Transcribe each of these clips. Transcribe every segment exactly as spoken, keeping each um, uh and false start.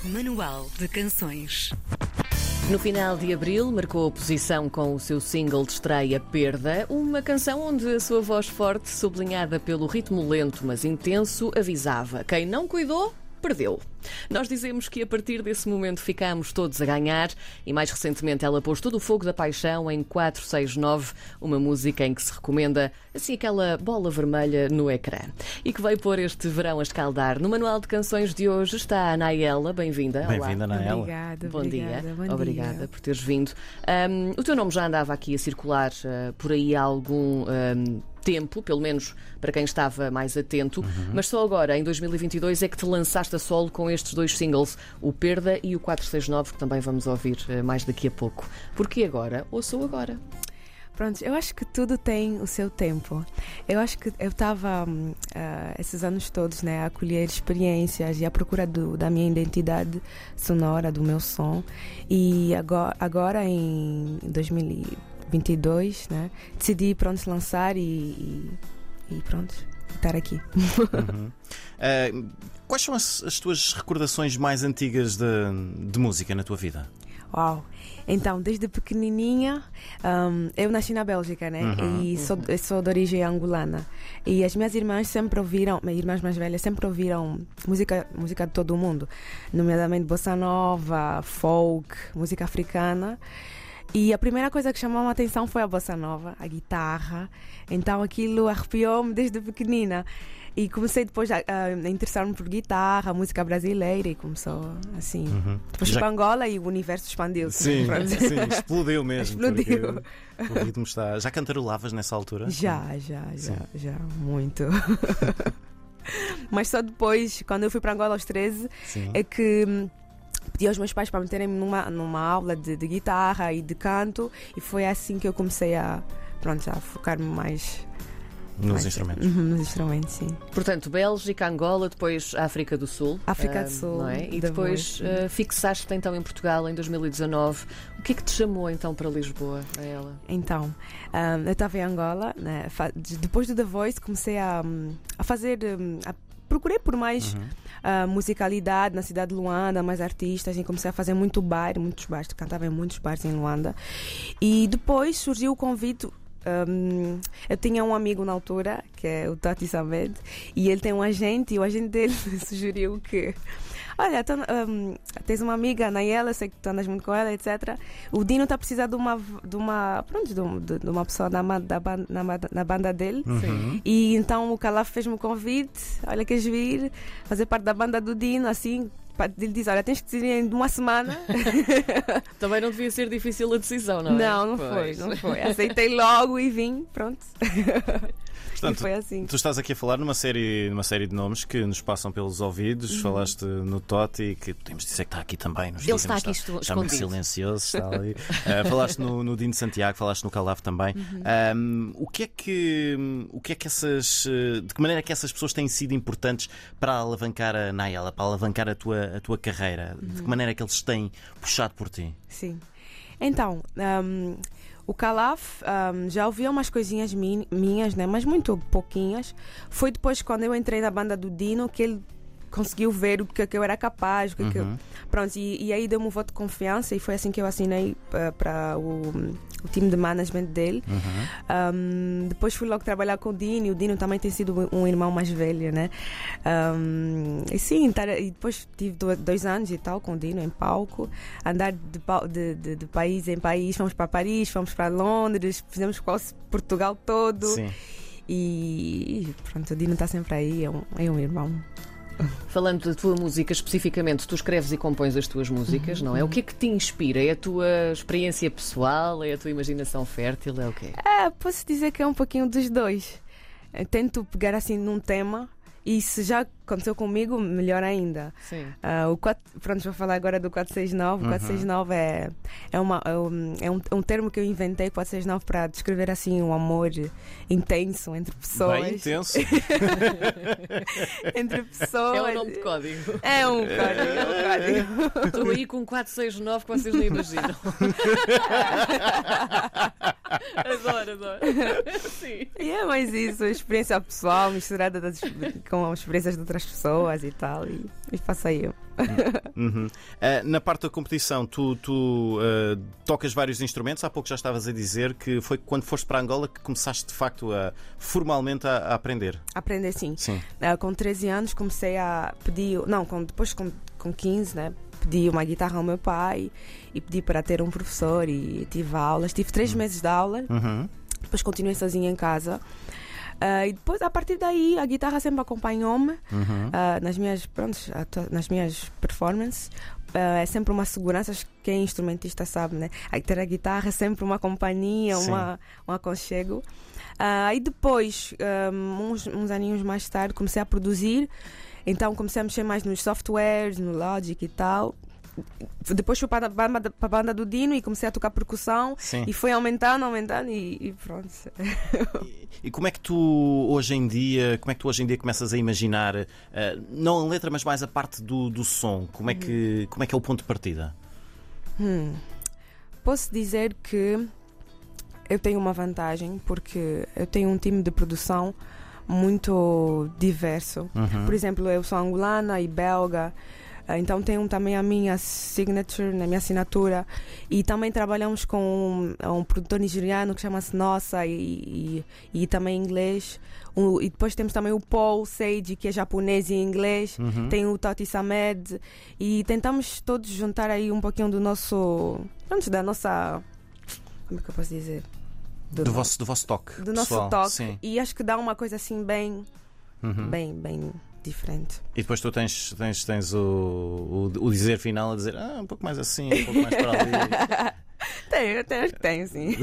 Manual de Canções. No final de abril, marcou a posição com o seu single de estreia Perda, uma canção onde a sua voz forte, sublinhada pelo ritmo lento mas intenso, avisava: quem não cuidou, perdeu. Nós dizemos que a partir desse momento ficámos todos a ganhar e mais recentemente ela pôs todo o fogo da paixão em quatro seis nove, uma música em que se recomenda assim aquela bola vermelha no ecrã. E que veio pôr este verão a escaldar. No Manual de Canções de hoje está a Nayela, bem-vinda. Bem-vinda, Nayela. Obrigada, Bom obrigada, dia. bom Obrigada dia. por teres vindo. Um, o teu nome já andava aqui a circular uh, por aí há algum um, tempo, pelo menos para quem estava mais atento, uhum. mas só agora, em dois mil e vinte e dois, é que te lançaste a solo com estes dois singles, o Perda e o quatro seis nove, que também vamos ouvir uh, mais daqui a pouco. Porquê agora? Ouço agora. Pronto, eu acho que tudo tem o seu tempo. Eu acho que eu estava uh, esses anos todos, né, a colher experiências e à procura do, da minha identidade sonora, do meu som. E agora, agora em dois mil e vinte e dois, né, decidi pronto lançar e, e, e pronto, estar aqui. Uhum. Uh, quais são as, as tuas recordações mais antigas de, de música na tua vida? Uau! Então, desde pequenininha, um, eu nasci na Bélgica, né? Uhum, e sou, eu sou de origem angolana. E as minhas irmãs sempre ouviram, minhas irmãs mais velhas sempre ouviram música, música de todo o mundo, nomeadamente bossa nova, folk, música africana. E a primeira coisa que chamou a atenção foi a bossa nova, a guitarra. Então aquilo arrepiou-me desde pequenina. E comecei depois a, a interessar-me por guitarra, música brasileira, e começou assim. Uhum. Depois fui Já... para Angola e o universo expandiu-se. Sim, sim, explodiu mesmo. Explodiu. O ritmo está... Já cantarolavas nessa altura? Já, já, já, já, muito. Mas só depois, quando eu fui para Angola aos treze, sim. é que pedi aos meus pais para meterem-me numa, numa aula de, de guitarra e de canto, e foi assim que eu comecei a, pronto, a focar-me mais nos mais, instrumentos. Uhum, nos instrumentos, sim. Portanto, Bélgica, Angola, depois África do Sul. África uh, do Sul. Não é? E depois uh, fixaste-te então em Portugal em dois mil e dezanove. O que é que te chamou então para Lisboa, a ela? Então, um, eu estava em Angola, né? Depois do The Voice comecei a, a fazer. A procurei por mais uhum. uh, musicalidade na cidade de Luanda, mais artistas, e comecei a fazer muito bar, muitos bares, cantava em muitos bares em Luanda. E depois surgiu o convite. Um, eu tinha um amigo na altura, que é o Tati Samed, e ele tem um agente, e o agente dele sugeriu que: olha, tu, um, tens uma amiga, Nayela, sei que tu andas muito com ela, etcétera. O Dino está precisando de uma, de uma, pronto, de, de uma pessoa na, da, na, na banda dele. Uhum. E então o Calaf fez-me o convite: olha, queres vir fazer parte da banda do Dino, assim. Ele diz: olha, tens que decidir em uma semana. Também não devia ser difícil a decisão, não é? Não, não pois. foi, não foi. Aceitei logo e vim, pronto. Portanto, e foi assim. Tu estás aqui a falar numa série, numa série de nomes que nos passam pelos ouvidos. Uhum. Falaste no Totti, que podemos dizer que está aqui também. Nos Ele está aqui está, está muito silencioso, está ali. uh, falaste no, no Dino Santiago, falaste no Calaf também. Uhum. Um, o que é que, o que é que essas, de que maneira é que essas pessoas têm sido importantes para alavancar a Nayela, para alavancar a tua, a tua carreira? Uhum. De que maneira é que eles têm puxado por ti? Sim. Então, um, o Calaf um, já ouvia umas coisinhas min- minhas, né? Mas muito pouquinhas. Foi depois, quando eu entrei na banda do Dino, que ele conseguiu ver o que, que eu era capaz. O que, uhum. que eu... Pronto, e, e aí deu-me um voto de confiança, e foi assim que eu assinei uh, para o, o time de management dele. Uhum. Um, depois fui logo trabalhar com o Dino, e o Dino também tem sido um irmão mais velho, né? Um, e sim, tar... e depois tive dois anos e tal com o Dino em palco, andar de, de, de, de país em país. Fomos para Paris, fomos para Londres, fizemos quase Portugal todo. Sim. E, e pronto, o Dino está sempre aí, é um, é um irmão. Falando da tua música especificamente, tu escreves e compões as tuas músicas, uhum. não é? O que é que te inspira? É a tua experiência pessoal? É a tua imaginação fértil? É o quê? É, posso dizer que é um pouquinho dos dois. Eu tento pegar assim num tema, e se já aconteceu comigo, melhor ainda. Sim. Uh, o quatro, pronto, vou falar agora do quatro seis nove. O quatro seis nove é, é, uma, é, um, é, um, é um termo que eu inventei, quatro seis nove, para descrever assim um amor intenso entre pessoas. Bem intenso. Entre pessoas. É um nome de código. É um código, é um código. Estou aí com quatro seis nove que vocês nem imaginam. Adoro, adoro. Sim. E é mais isso, a experiência pessoal misturada das, com as experiências de outras pessoas e tal. E, e faço aí eu. Uhum. Uh, na parte da competição, tu, tu uh, tocas vários instrumentos. Há pouco já estavas a dizer que foi quando foste para Angola que começaste de facto a, formalmente a, a aprender. Aprender, sim. Sim. Uh, com treze anos comecei a pedir, não, com, depois com, com quinze, né? Pedi uma guitarra ao meu pai e pedi para ter um professor e tive aulas. Tive três uhum. meses de aula, uhum. depois continuei sozinha em casa. Uh, e depois, a partir daí, a guitarra sempre acompanhou-me uhum. uh, nas minhas, pronto, nas minhas performances. Uh, é sempre uma segurança, acho que quem é instrumentista sabe, né? Aí ter a guitarra é sempre uma companhia, uma, um aconchego. Uh, e depois, um, uns, uns aninhos mais tarde, comecei a produzir. Então comecei a mexer mais nos softwares, no Logic e tal. Depois fui para a banda, para a banda do Dino e comecei a tocar percussão. Sim. E foi aumentando, aumentando e, e pronto. E, e como é que tu hoje em dia, como é que tu hoje em dia começas a imaginar, uh, não a letra, mas mais a parte do, do som? Como é que, como é que é o ponto de partida? Hum. Posso dizer que eu tenho uma vantagem porque eu tenho um time de produção muito diverso. Uhum. Por exemplo, eu sou angolana e belga, então tenho também a minha signature, a minha assinatura, e também trabalhamos com um, um produtor nigeriano que chama-se Nossa e, e, e também inglês. Um, e depois temos também o Paul Sage, que é japonês e inglês. Uhum. Tem o Toti Samed e tentamos todos juntar aí um pouquinho do nosso, antes da nossa, como é que eu posso dizer? Do, do, vosso, do vosso toque. Do nosso pessoal. toque. Sim. E acho que dá uma coisa assim bem, uhum. bem, bem diferente. E depois tu tens, tens, tens o, o, o dizer final a dizer ah, um pouco mais assim, um pouco mais para ali. Tenho, tenho, acho que tenho, sim.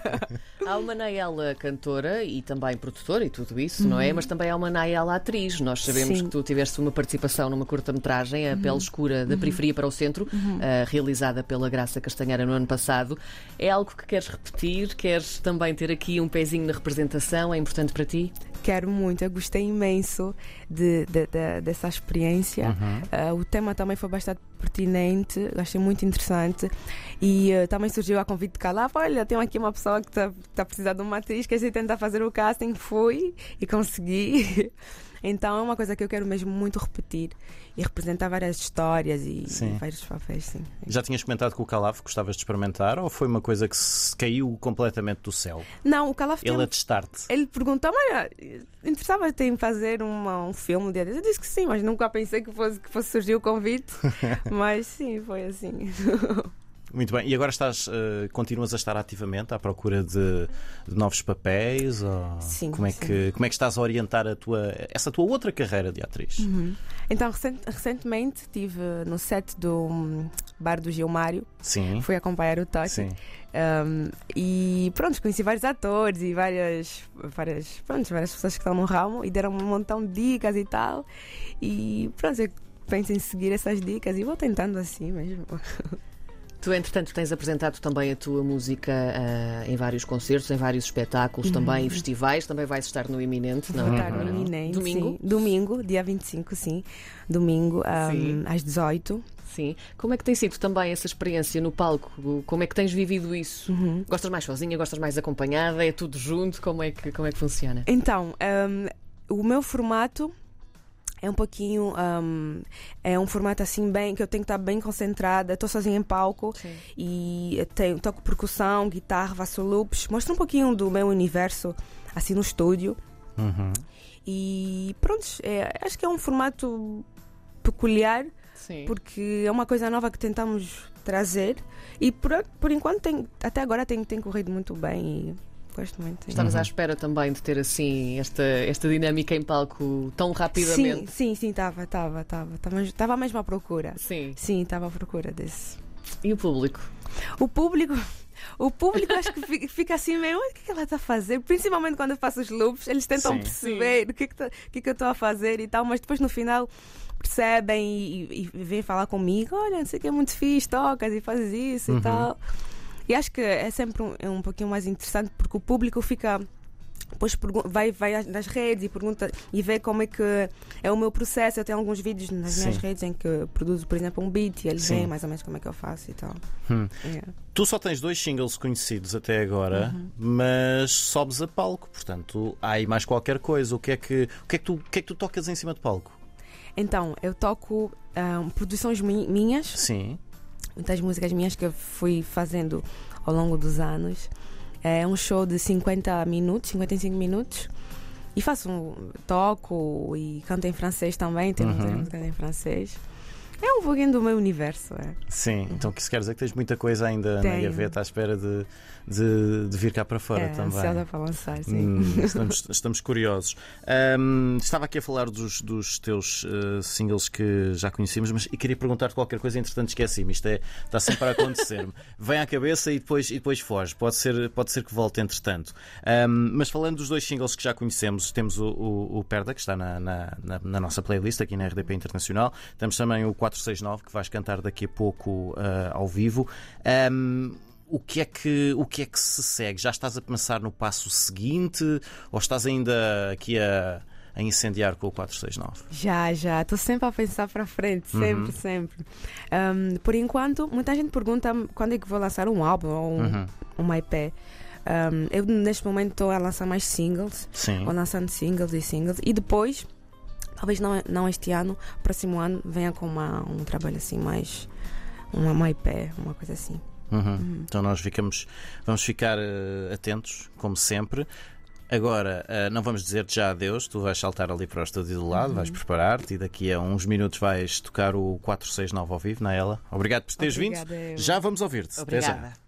Há uma Nayela cantora e também produtora e tudo isso, uhum. não é? Mas também há uma Nayela atriz. Nós sabemos Sim. que tu tiveste uma participação numa curta-metragem, A uhum. Pele Escura da uhum. Periferia para o Centro, uhum. uh, realizada pela Graça Castanheira no ano passado. É algo que queres repetir? Queres também ter aqui um pezinho na representação? É importante para ti? Quero muito, eu gostei imenso de, de, de, dessa experiência. Uhum. Uh, o tema também foi bastante pertinente, achei muito interessante. E uh, também surgiu a convite de Calaf. Olha, tem aqui uma pessoa que está tá precisando de uma atriz, quer tentar fazer o casting. Fui e consegui. Então é uma coisa que eu quero mesmo muito repetir e representar várias histórias e, e vários papéis. Sim. Já tinhas comentado que o Calaf gostavas de experimentar ou foi uma coisa que se caiu completamente do céu? Não, o Calaf Ele tem... a testar-te. Ele perguntou, mas interessava-te em fazer uma, um filme um dia desses? Eu disse que sim, mas nunca pensei que fosse, que fosse surgir o convite. Mas sim, foi assim. Muito bem, e agora estás, uh, continuas a estar ativamente à procura de, de novos papéis? Ou sim, como é sim. que como é que estás a orientar a tua, essa tua outra carreira de atriz? Uhum. Então, recent, recentemente estive no set do um, Bar do Gilmário. Sim. Fui acompanhar o Toque. Sim. Um, e pronto, conheci vários atores e várias, várias, pronto, várias pessoas que estão no ramo e deram um montão de dicas e tal. E pronto, eu penso em seguir essas dicas e vou tentando assim mesmo. Tu, entretanto, tens apresentado também a tua música uh, em vários concertos, em vários espetáculos, uhum. também em festivais. Também vais estar no Iminente, não é? Vou estar no Iminente. Domingo? Sim. Domingo, dia vinte e cinco, sim. Domingo, um, às dezoito. Sim. Como é que tem sido também essa experiência no palco? Como é que tens vivido isso? Uhum. Gostas mais sozinha? Gostas mais acompanhada? É tudo junto? Como é que, como é que funciona? Então, um, o meu formato é um pouquinho um, é um formato assim bem que eu tenho que estar bem concentrada. Estou sozinha em palco. Sim. E tenho, toco percussão, guitarra, faço loops. Mostro um pouquinho do meu universo assim no estúdio. Uhum. E pronto, é, acho que é um formato peculiar. Sim. Porque é uma coisa nova que tentamos trazer. E por, por enquanto tem, até agora tem, tem corrido muito bem e gosto muito. Estamos uhum. à espera também de ter assim esta, esta dinâmica em palco tão rapidamente. Sim, sim, sim, estava, estava, estava. Estava mesmo à procura. Sim. Sim, estava à procura desse. E o público? O público, o público acho que fica assim meio, o que, é que ela está a fazer? Principalmente quando eu faço os loops, eles tentam sim. perceber sim. o que, é que, tá, o que, é que eu estou a fazer e tal, mas depois no final percebem e, e, e vêm falar comigo, olha, não sei o que é muito fixe, tocas e fazes isso uhum. e tal. E acho que é sempre um, é um pouquinho mais interessante porque o público fica depois vai, vai nas redes e pergunta e vê como é que é o meu processo. Eu tenho alguns vídeos nas Sim. minhas redes em que produzo, por exemplo, um beat e eles Sim. veem mais ou menos como é que eu faço e tal. Hum. Yeah. Tu só tens dois singles conhecidos até agora, Uhum. mas sobes a palco, portanto há aí mais qualquer coisa. O que é que, o que, é que, tu, o que é que tu tocas em cima de palco? Então, eu toco um, produções mi- minhas, Sim. muitas músicas minhas que eu fui fazendo ao longo dos anos. É um show de cinquenta minutos, cinquenta e cinco minutos. E faço um, toco e canto em francês também, tenho muitas Uhum. músicas em francês. É um pouquinho do meu universo. É. Sim, então que isso quer dizer que tens muita coisa ainda na Tenho. gaveta à espera de, de, de vir cá para fora É, também. ansiosa para lançar, sim. Hum, estamos, estamos curiosos. Ahm, estava aqui a falar dos, dos teus uh, singles que já conhecíamos, mas e queria perguntar-te qualquer coisa, entretanto esqueci-me. Isto é, está sempre a acontecer-me. Vem à cabeça e depois, e depois foge. Pode ser, pode ser que volte entretanto. Ahm, mas falando dos dois singles que já conhecemos, temos o, o, o Perda, que está na, na, na, na nossa playlist aqui na R D P Internacional. Temos também o quatrocentos e sessenta e nove, que vais cantar daqui a pouco uh, ao vivo. Um, o, que é que, o que é que se segue? Já estás a pensar no passo seguinte ou estás ainda aqui a, a incendiar com o quatrocentos e sessenta e nove? Já, já. Estou sempre a pensar para frente, sempre, Uhum. sempre. Um, por enquanto, muita gente pergunta quando é que vou lançar um álbum ou um, Uhum. um E P. Um, eu, neste momento, estou a lançar mais singles. Sim. Vou lançando singles e singles. E depois, talvez não, não este ano, próximo ano, venha com uma, um trabalho assim mais. Uma, uma E P, uma coisa assim. Uhum. Uhum. Então nós ficamos, vamos ficar uh, atentos, como sempre. Agora, uh, não vamos dizer-te já adeus, tu vais saltar ali para o estúdio do lado, Uhum. vais preparar-te e daqui a uns minutos vais tocar o quatrocentos e sessenta e nove ao vivo, não é ela? Obrigado por teres vindo. Obrigada, eu. Já vamos ouvir-te. Até já. Obrigada.